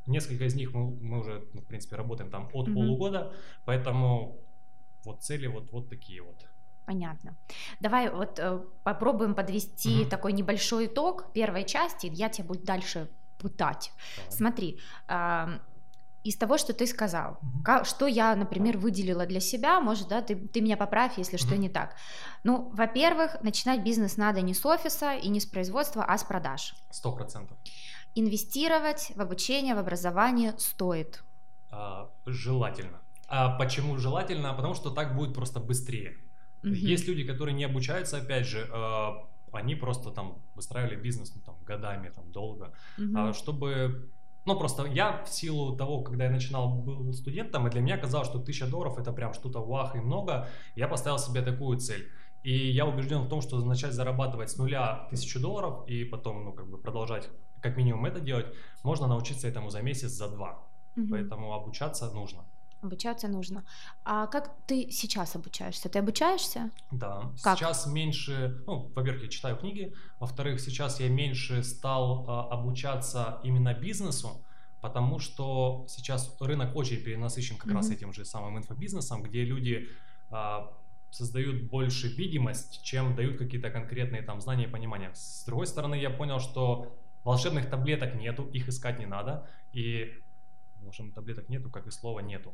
Speaker 2: Несколько из них мы, мы уже, ну, в принципе, работаем там от
Speaker 1: Мгм.
Speaker 2: полугода, поэтому вот цели вот, вот такие вот.
Speaker 1: Понятно. Давай вот э, попробуем подвести
Speaker 2: Мгм.
Speaker 1: такой небольшой итог первой части, я тебя буду дальше пытать.
Speaker 2: Давай.
Speaker 1: Смотри, ам, из того, что ты сказал,
Speaker 2: Мгм.
Speaker 1: ка- что я, например, выделила для себя, может, да, ты, ты меня поправь, если что
Speaker 2: Мгм.
Speaker 1: не так. Ну, во-первых, начинать бизнес надо не с офиса и не с производства, а с продаж.
Speaker 2: Сто процентов.
Speaker 1: Инвестировать в обучение, в образование стоит.
Speaker 2: А, желательно. А почему желательно? Потому что так будет просто быстрее.
Speaker 1: Мгм.
Speaker 2: Есть люди, которые не обучаются, опять же, а, они просто там выстраивали бизнес, ну, там, годами, там, долго,
Speaker 1: Мгм.
Speaker 2: а, чтобы... Ну, просто я в силу того, когда я начинал, был студентом, и для меня казалось, что тысяча долларов это прям что-то вах и много, я поставил себе такую цель. И я убежден в том, что начать зарабатывать с нуля тысячу долларов и потом, ну, как бы продолжать как минимум это делать, можно научиться этому за месяц, за два.
Speaker 1: Мгм.
Speaker 2: Поэтому обучаться нужно.
Speaker 1: Обучаться нужно. А как ты сейчас обучаешься? Ты обучаешься?
Speaker 2: Да,
Speaker 1: Как?
Speaker 2: сейчас меньше, ну, во-первых, я читаю книги, во-вторых, сейчас я меньше стал а, обучаться именно бизнесу, потому что сейчас рынок очень перенасыщен как раз
Speaker 1: Мгм.
Speaker 2: этим же самым инфобизнесом, где люди а, создают больше видимость, чем дают какие-то конкретные там знания и понимания. С другой стороны, я понял, что волшебных таблеток нету, их искать не надо, и волшебных таблеток нету, как и слова нету.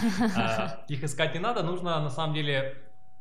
Speaker 2: А, Их искать не надо, нужно на самом деле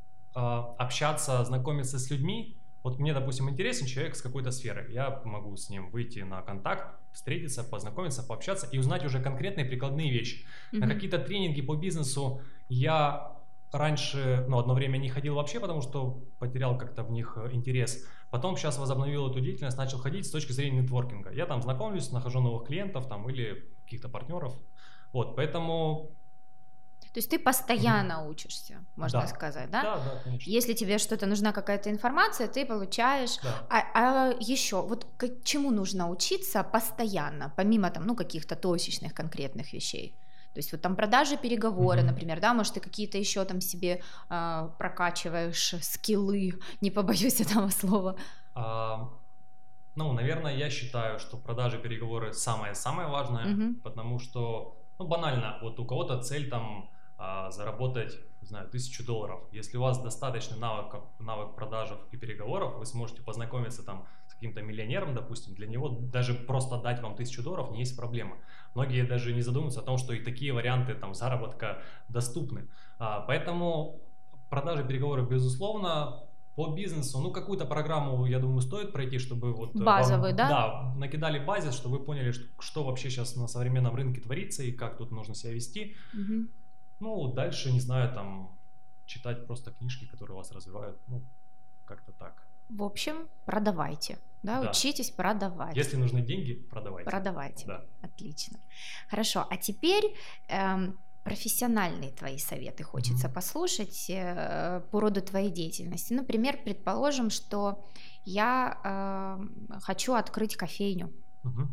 Speaker 2: а, общаться, знакомиться с людьми. Вот мне, допустим, интересен человек с какой-то сферы. Я могу с ним выйти на контакт, встретиться, познакомиться, пообщаться и узнать уже конкретные прикладные вещи. На
Speaker 1: Мгм.
Speaker 2: какие-то тренинги по бизнесу я раньше, ну, одно время не ходил вообще, потому что потерял как-то в них э, интерес. Потом сейчас возобновил эту деятельность, начал ходить с точки зрения нетворкинга. Я там знакомлюсь, нахожу новых клиентов там или каких-то партнеров. Вот, поэтому...
Speaker 1: То есть ты
Speaker 2: Мгм.
Speaker 1: постоянно учишься, можно
Speaker 2: Да,
Speaker 1: сказать, да?
Speaker 2: да, да, конечно.
Speaker 1: Если тебе что-то нужна какая-то информация, ты получаешь.
Speaker 2: Да.
Speaker 1: А, а еще, вот к чему нужно учиться постоянно, помимо там, ну, каких-то точечных конкретных вещей? То есть вот там продажи, переговоры,
Speaker 2: Мгм.
Speaker 1: например, да, может, ты какие-то еще там себе а, прокачиваешь скиллы, не побоюсь этого слова.
Speaker 2: А, ну, наверное, я считаю, что продажи, переговоры самое-самое важное,
Speaker 1: Мгм.
Speaker 2: потому что, ну, банально, вот у кого-то цель там а, заработать, не знаю, тысячу долларов. Если у вас достаточный навык, навык продаж и переговоров, вы сможете познакомиться там с каким-то миллионером, допустим, для него даже просто дать вам тысячу долларов не есть проблема. Многие даже не задумываются о том, что и такие варианты там заработка доступны. А, поэтому продажи, переговоры, безусловно. По бизнесу, ну, какую-то программу, я думаю, стоит пройти, чтобы вот э,
Speaker 1: Базовый,
Speaker 2: вам,
Speaker 1: да?
Speaker 2: да, накидали базис, чтобы вы поняли, что, что вообще сейчас на современном рынке творится и как тут нужно себя вести.
Speaker 1: Мгм.
Speaker 2: Ну, дальше, не знаю, там, читать просто книжки, которые вас развивают, ну, как-то так.
Speaker 1: В общем, продавайте, да,
Speaker 2: Да.
Speaker 1: учитесь продавать.
Speaker 2: Если нужны деньги, продавайте.
Speaker 1: Продавайте.
Speaker 2: Да.
Speaker 1: Отлично. Хорошо. А теперь эм, профессиональные твои советы хочется
Speaker 2: Мгм.
Speaker 1: послушать э, по роду твоей деятельности. Например, предположим, что я эм, хочу открыть кофейню
Speaker 2: Мгм.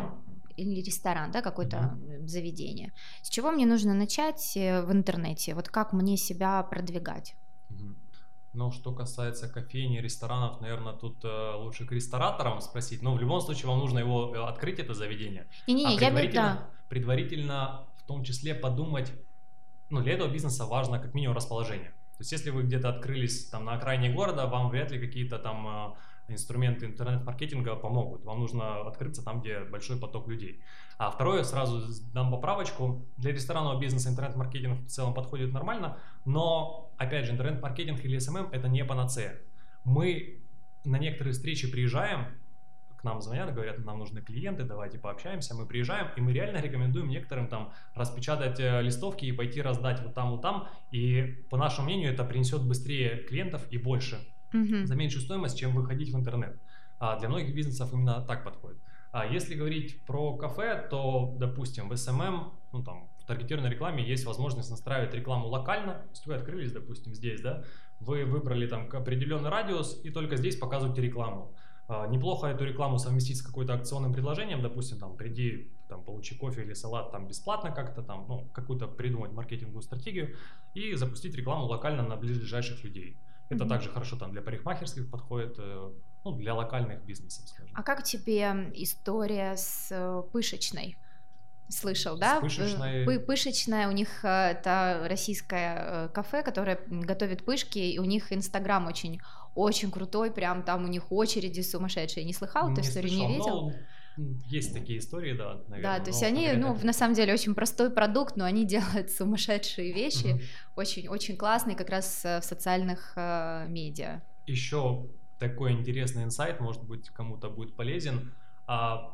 Speaker 1: или ресторан, да, какое-то
Speaker 2: Мгм.
Speaker 1: м, заведение. С чего мне нужно начать э, в интернете? Вот как мне себя продвигать?
Speaker 2: Мгм. Ну, что касается кофейни, ресторанов, наверное, тут э, лучше к рестораторам спросить. Но в любом случае вам нужно его э, открыть, это заведение.
Speaker 1: Не-не-не,
Speaker 2: А
Speaker 1: я имею в виду,
Speaker 2: предварительно,
Speaker 1: да.
Speaker 2: предварительно в том числе подумать, ну, для этого бизнеса важно как минимум расположение. То есть, если вы где-то открылись там на окраине города, вам вряд ли какие-то там э, инструменты интернет-маркетинга помогут. Вам нужно открыться там, где большой поток людей. А второе, сразу дам поправочку. Для ресторанного бизнеса интернет-маркетинг в целом подходит нормально, но, опять же, интернет-маркетинг или эс эм эм – это не панацея. Мы на некоторые встречи приезжаем, к нам звонят, говорят, нам нужны клиенты, давайте пообщаемся, мы приезжаем, и мы реально рекомендуем некоторым там распечатать э, листовки и пойти раздать вот там, вот там, и по нашему мнению это принесет быстрее клиентов и больше,
Speaker 1: Мгм.
Speaker 2: за меньшую стоимость, чем выходить в интернет. А для многих бизнесов именно так подходит. А если говорить про кафе, то, допустим, в эс эм эм, ну там, в таргетированной рекламе есть возможность настраивать рекламу локально, то есть вы открылись, допустим, здесь, да, вы выбрали там определенный радиус и только здесь показываете рекламу. А, неплохо эту рекламу совместить с какой-то акционным предложением, допустим, там, приди, там, получи кофе или салат там бесплатно как-то там, ну, какую-то придумать маркетинговую стратегию и запустить рекламу локально на ближайших людей. Это
Speaker 1: Мгм.
Speaker 2: также хорошо там для парикмахерских подходит, э, ну, для локальных бизнесов, скажем.
Speaker 1: А как тебе история с э, пышечной? Слышал, да?
Speaker 2: Пышечной...
Speaker 1: Пы- пышечная, у них это российское кафе, которое готовит пышки, и у них Инстаграм очень, очень крутой, прям там у них очереди сумасшедшие. Не слыхал, эту историю не видел?
Speaker 2: Но есть такие истории, да, наверное.
Speaker 1: Да, то есть они, ну, на самом деле очень простой продукт, но они делают сумасшедшие вещи, mm-hmm. очень, очень классные как раз в социальных э, медиа.
Speaker 2: Еще такой интересный инсайт, может быть, кому-то будет полезен. А,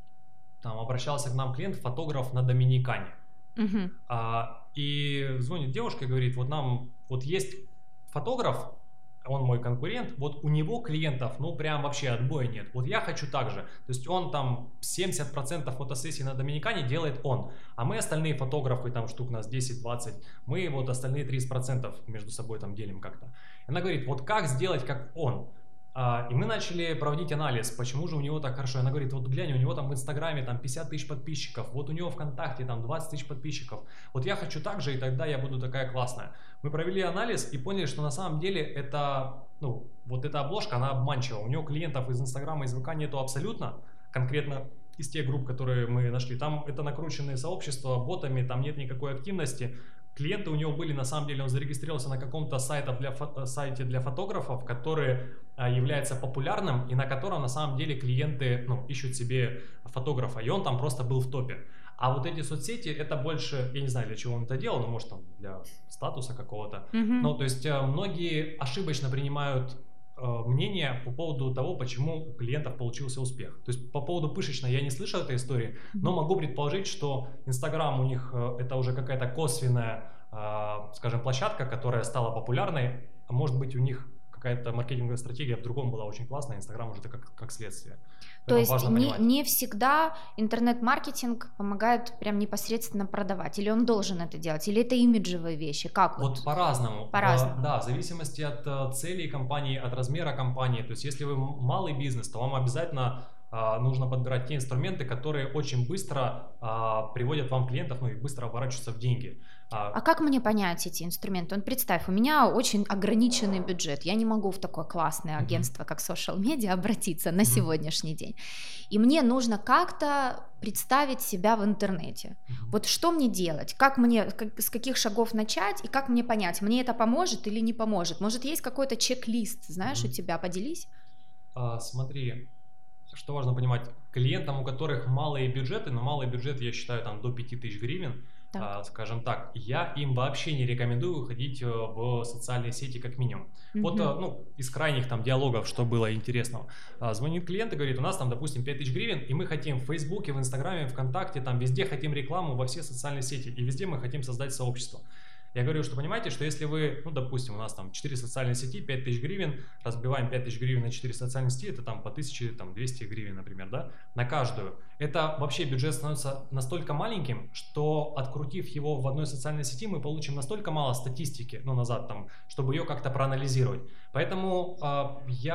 Speaker 2: там обращался к нам клиент, фотограф на Доминикане.
Speaker 1: Uh-huh.
Speaker 2: А, и звонит девушка и говорит, вот нам, вот есть фотограф, он мой конкурент, вот у него клиентов, ну, прям вообще отбоя нет. Вот я хочу так же. То есть он там семьдесят процентов фотосессий на Доминикане делает он, а мы остальные фотографы, там штук нас десять-двадцать, мы вот остальные тридцать процентов между собой там делим как-то. Она говорит, вот как сделать, как он? А, и мы начали проводить анализ, почему же у него так хорошо. Она говорит, вот глянь, у него там в Инстаграме там пятьдесят тысяч подписчиков, вот у него ВКонтакте там двадцать тысяч подписчиков. Вот я хочу так же, и тогда я буду такая классная. Мы провели анализ и поняли, что на самом деле это, ну, вот эта обложка, она обманчива. У него клиентов из Инстаграма, из ВК нету абсолютно, конкретно из тех групп, которые мы нашли. Там это накрученные сообщества ботами, там нет никакой активности. Клиенты у него были, на самом деле, он зарегистрировался на каком-то сайте для, фо- сайте для фотографов, который а, является популярным и на котором, на самом деле, клиенты, ну, ищут себе фотографа, и он там просто был в топе. А вот эти соцсети, это больше, я не знаю, для чего он это делал, но может там для статуса какого-то.
Speaker 1: Mm-hmm.
Speaker 2: Ну, то есть многие ошибочно принимают э, мнение по поводу того, почему у клиентов получился успех. То есть по поводу пышечной я не слышал этой истории, mm-hmm. но могу предположить, что Инстаграм у них э, это уже какая-то косвенная, э, скажем, площадка, которая стала популярной, а может быть у них какая-то маркетинговая стратегия в другом была очень классная, Инстаграм уже это как, как следствие.
Speaker 1: То есть не, не всегда интернет-маркетинг помогает прям непосредственно продавать, или он должен это делать, или это имиджевые вещи, как вот?
Speaker 2: Вот по-разному.
Speaker 1: По-разному.
Speaker 2: Да, в зависимости от uh, целей компании, от размера компании. То есть если вы малый бизнес, то вам обязательно uh, нужно подбирать те инструменты, которые очень быстро uh, приводят вам клиентов, ну и быстро оборачиваются в деньги.
Speaker 1: А, а как мне понять эти инструменты? Он, представь, у меня очень ограниченный бюджет, я не могу в такое классное агентство, как Social Media, обратиться на mm-hmm. сегодняшний день. И мне нужно как-то представить себя в интернете. Mm-hmm. Вот что мне делать? Как мне, как, с каких шагов начать и как мне понять, мне это поможет или не поможет? Может, есть какой-то чек-лист, знаешь, mm-hmm. у тебя? Поделись.
Speaker 2: А, смотри, что важно понимать, клиентам, у которых малые бюджеты, но малый бюджет, я считаю, там до пяти тысяч гривен, а, скажем так, я им вообще не рекомендую выходить в социальные сети как минимум. Mm-hmm. Вот, ну, из крайних там диалогов, что было интересного. Звонит клиент и говорит, у нас там, допустим, пять тысяч гривен, и мы хотим в Фейсбуке, в Инстаграме, ВКонтакте, там везде хотим рекламу во все социальные сети, и везде мы хотим создать сообщество. Я говорю, что понимаете, что если вы, ну, допустим, у нас там четыре социальные сети, пять тысяч гривен, разбиваем пять тысяч гривен на четыре социальные сети, это там по тысяче двести гривен, например, да, на каждую. Это вообще бюджет становится настолько маленьким, что открутив его в одной социальной сети, мы получим настолько мало статистики, ну, назад там, чтобы ее как-то проанализировать. Поэтому э,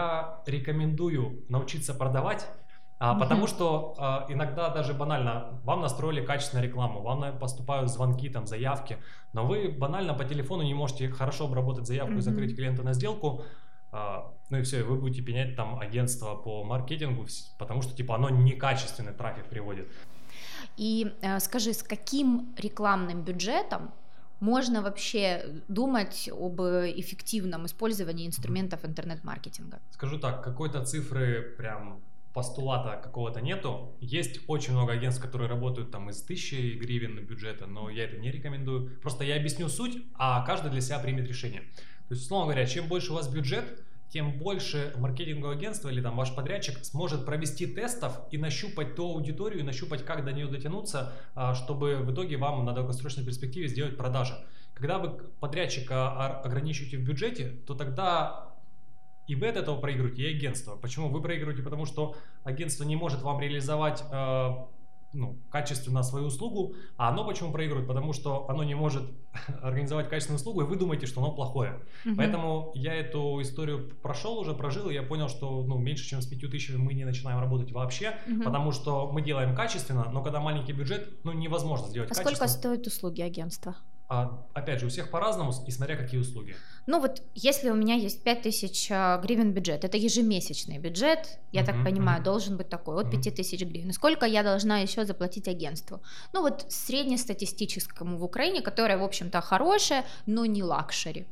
Speaker 2: я рекомендую научиться продавать. А, потому что а, иногда даже банально, вам настроили качественную рекламу, вам поступают звонки, там, заявки, но вы банально по телефону не можете хорошо обработать заявку mm-hmm. и закрыть клиента на сделку, а, ну и все, и вы будете пенять там агентство по маркетингу, потому что типа оно некачественный трафик приводит.
Speaker 1: И э, скажи, с каким рекламным бюджетом можно вообще думать об эффективном использовании инструментов интернет-маркетинга?
Speaker 2: Скажу так, какой-то цифры прям... постулата какого-то нету. Есть очень много агентств, которые работают там из тысячи гривен бюджета, но я это не рекомендую. Просто я объясню суть, а каждый для себя примет решение. То есть, условно говоря, чем больше у вас бюджет, тем больше маркетинговое агентство или там ваш подрядчик сможет провести тестов и нащупать ту аудиторию, и нащупать, как до нее дотянуться, чтобы в итоге вам на долгосрочной перспективе сделать продажи. Когда вы подрядчика ограничиваете в бюджете, то тогда... и вы от этого проигрываете, и агентство. Почему вы проигрываете? Потому что агентство не может вам реализовать э, ну, качественно свою услугу, а оно почему проигрывает? Потому что оно не может организовать качественную услугу, и вы думаете, что оно плохое. Mm-hmm. Поэтому я эту историю прошел уже, прожил, и я понял, что ну, меньше, чем с пятью тысячами мы не начинаем работать вообще, mm-hmm. потому что мы делаем качественно, но когда маленький бюджет, ну невозможно сделать
Speaker 1: а
Speaker 2: качественно.
Speaker 1: А сколько стоят услуги агентства?
Speaker 2: А, опять же, у всех по-разному, и смотря какие услуги.
Speaker 1: Ну вот, если у меня есть пять тысяч гривен бюджет, это ежемесячный бюджет, я uh-huh, так понимаю, uh-huh. должен быть такой, от uh-huh. пять тысяч гривен. Сколько я должна еще заплатить агентству? Ну вот среднестатистическому в Украине, которое, в общем-то, хорошее, но не лакшери.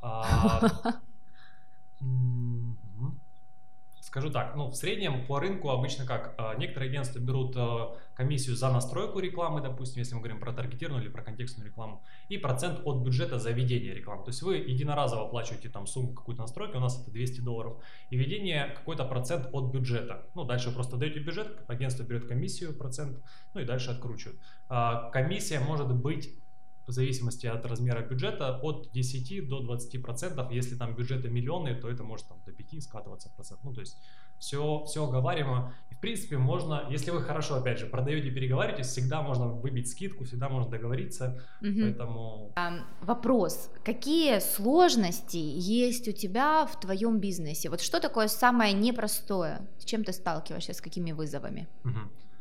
Speaker 2: Скажу так, ну в среднем по рынку обычно как, некоторые агентства берут комиссию за настройку рекламы, допустим, если мы говорим про таргетированную или про контекстную рекламу, и процент от бюджета за ведение рекламы. То есть вы единоразово оплачиваете там сумму какую-то настройки, у нас это двести долларов, и ведение какой-то процент от бюджета. Ну дальше вы просто даете бюджет, агентство берет комиссию, процент, ну и дальше откручивают. Комиссия может быть, в зависимости от размера бюджета, от десяти до двадцати процентов. Если там бюджеты миллионные, то это может там, до пяти скатываться процент. Ну, то есть все, все оговариваемо. И, в принципе, можно, если вы хорошо, опять же, продаете, переговариваетесь, всегда можно выбить скидку, всегда можно договориться. Угу. Поэтому...
Speaker 1: А, вопрос. Какие сложности есть у тебя в твоем бизнесе? Вот что такое самое непростое? С чем ты сталкиваешься, с какими вызовами?
Speaker 2: Угу.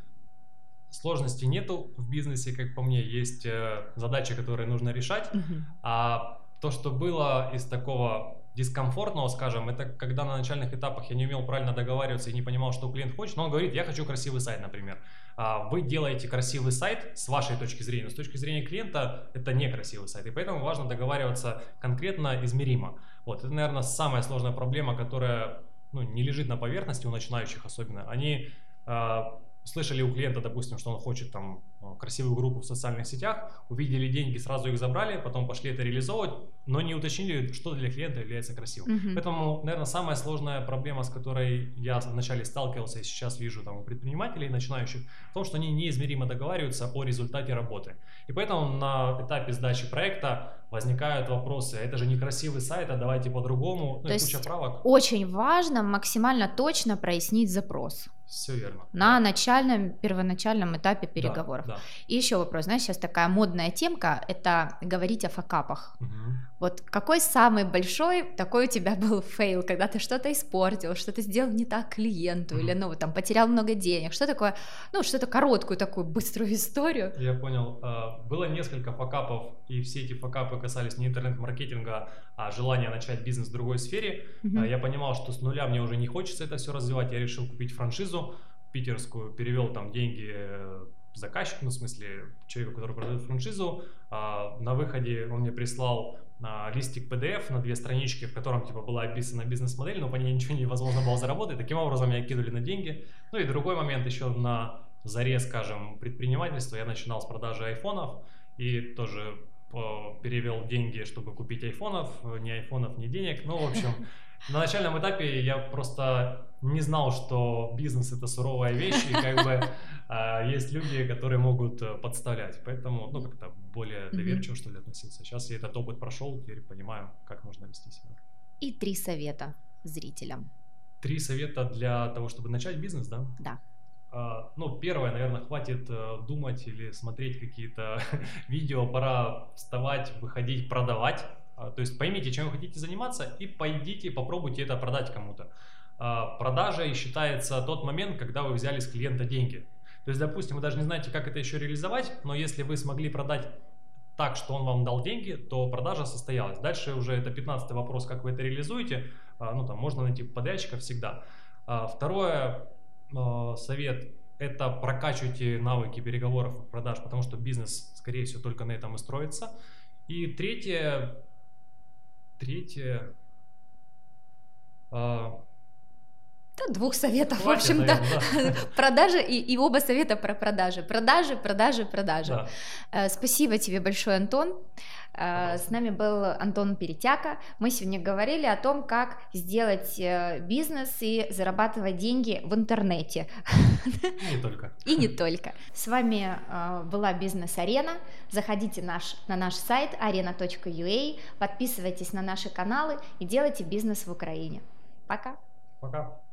Speaker 2: Сложностей нету в бизнесе, как по мне, есть задачи, которые нужно решать, uh-huh. а то, что было из такого дискомфортного, скажем, это когда на начальных этапах я не умел правильно договариваться и не понимал, что клиент хочет, но он говорит, я хочу красивый сайт, например. Вы делаете красивый сайт с вашей точки зрения, но с точки зрения клиента это некрасивый сайт, и поэтому важно договариваться конкретно, измеримо. Вот, это, наверное, самая сложная проблема, которая ну, не лежит на поверхности у начинающих особенно. Они... Слышали у клиента, допустим, что он хочет там красивую группу в социальных сетях, увидели деньги, сразу их забрали, потом пошли это реализовывать, но не уточнили, что для клиента является красивым. Uh-huh. Поэтому, наверное, самая сложная проблема, с которой я вначале сталкивался и сейчас вижу там у предпринимателей начинающих, в том, что они неизмеримо договариваются о результате работы. И поэтому на этапе сдачи проекта возникают вопросы, это же некрасивый сайт, а давайте по-другому, ну
Speaker 1: То
Speaker 2: и куча
Speaker 1: есть
Speaker 2: правок.
Speaker 1: Очень важно максимально точно прояснить запрос.
Speaker 2: Все верно.
Speaker 1: На начальном, первоначальном этапе переговоров.
Speaker 2: Да, да.
Speaker 1: И еще вопрос, знаешь, сейчас такая модная темка, это говорить о факапах.
Speaker 2: Угу.
Speaker 1: Вот какой самый большой такой у тебя был фейл, когда ты что-то испортил, что-то сделал не так клиенту, угу. или, ну, там, потерял много денег, что такое, ну, что-то короткую такую быструю историю?
Speaker 2: Я понял. Было несколько факапов, и все эти факапы касались не интернет-маркетинга, а желания начать бизнес в другой сфере. Угу. Я понимал, что с нуля мне уже не хочется это все развивать, я решил купить франшизу питерскую, перевел там деньги заказчику, ну, в смысле, человеку, который продает франшизу. На выходе он мне прислал листик пи ди эф на две странички, в котором типа была описана бизнес-модель, но по ней ничего невозможно было заработать. Таким образом меня кинули на деньги. Ну и другой момент еще на заре, скажем, предпринимательства. Я начинал с продажи айфонов и тоже перевел деньги, чтобы купить айфонов. Ни айфонов, ни денег. Ну, в общем, на начальном этапе я просто не знал, что бизнес — это суровая вещь, и как бы э, есть люди, которые могут подставлять. Поэтому, ну, как-то более доверчиво, что ли, относился. Сейчас я этот опыт прошел, теперь понимаю, как нужно вести себя.
Speaker 1: И три совета зрителям.
Speaker 2: Три совета для того, чтобы начать бизнес, да?
Speaker 1: Да.
Speaker 2: Uh, ну, первое, наверное, хватит uh, думать или смотреть какие-то видео, пора вставать, выходить, продавать. Uh, то есть поймите, чем вы хотите заниматься, и пойдите, попробуйте это продать кому-то. Uh, продажей считается тот момент, когда вы взяли с клиента деньги. То есть, допустим, вы даже не знаете, как это еще реализовать, но если вы смогли продать так, что он вам дал деньги, то продажа состоялась. Дальше уже это пятнадцатый вопрос, как вы это реализуете. Uh, ну, там можно найти подрядчика всегда. Uh, второе... совет — это прокачивайте навыки переговоров и продаж, потому что бизнес, скорее всего, только на этом и строится. И третье, третье, э,
Speaker 1: да, двух советов,
Speaker 2: хватит,
Speaker 1: в общем-то,
Speaker 2: наверное, да.
Speaker 1: Продажи и, и оба совета про продажи, продажи, продажи, продажи.
Speaker 2: Да.
Speaker 1: Спасибо тебе большое, Антон. С нами был Антон Перетяка. Мы сегодня говорили о том, как сделать бизнес и зарабатывать деньги в интернете.
Speaker 2: И не только.
Speaker 1: И не только. С вами была Бизнес-арена. Заходите наш, на наш сайт арена точка ю а, подписывайтесь на наши каналы и делайте бизнес в Украине. Пока.
Speaker 2: Пока.